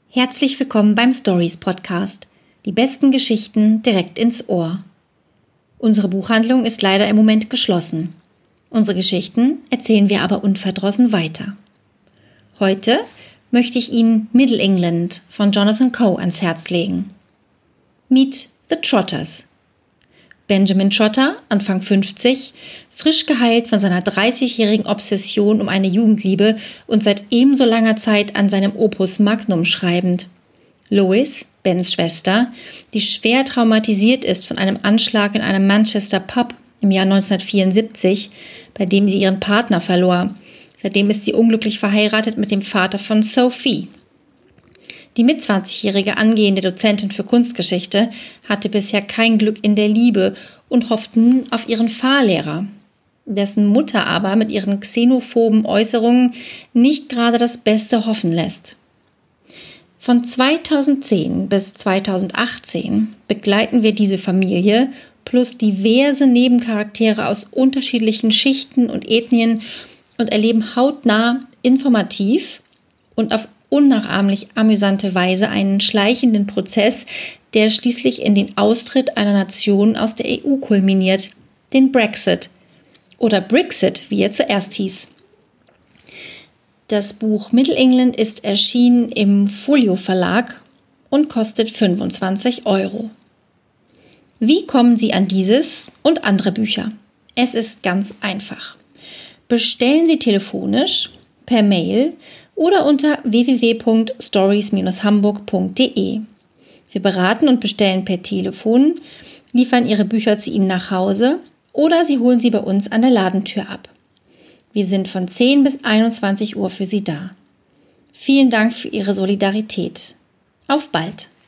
Herzlich willkommen beim Stories Podcast. Die besten Geschichten direkt ins Ohr. Unsere Buchhandlung ist leider im Moment geschlossen. Unsere Geschichten erzählen wir aber unverdrossen weiter. Heute möchte ich Ihnen Middle England von Jonathan Coe ans Herz legen. Meet the Trotters. Benjamin Trotter, Anfang 50, frisch geheilt von seiner 30-jährigen Obsession um eine Jugendliebe und seit ebenso langer Zeit an seinem Opus Magnum schreibend. Lois, Bens Schwester, die schwer traumatisiert ist von einem Anschlag in einem Manchester Pub im Jahr 1974, bei dem sie ihren Partner verlor. Seitdem ist sie unglücklich verheiratet mit dem Vater von Sophie. Die mit 20-jährige angehende Dozentin für Kunstgeschichte hatte bisher kein Glück in der Liebe und hofft nun auf ihren Fahrlehrer, dessen Mutter aber mit ihren xenophoben Äußerungen nicht gerade das Beste hoffen lässt. Von 2010 bis 2018 begleiten wir diese Familie plus diverse Nebencharaktere aus unterschiedlichen Schichten und Ethnien und erleben hautnah, informativ und auf unnachahmlich amüsante Weise einen schleichenden Prozess, der schließlich in den Austritt einer Nation aus der EU kulminiert, den Brexit oder Brexit, wie er zuerst hieß. Das Buch Middle England ist erschienen im Folio Verlag und kostet 25 €. Wie kommen Sie an dieses und andere Bücher? Es ist ganz einfach. Bestellen Sie telefonisch, per Mail oder unter www.stories-hamburg.de. Wir beraten und bestellen per Telefon, liefern Ihre Bücher zu Ihnen nach Hause oder Sie holen sie bei uns an der Ladentür ab. Wir sind von 10 bis 21 Uhr für Sie da. Vielen Dank für Ihre Solidarität. Auf bald!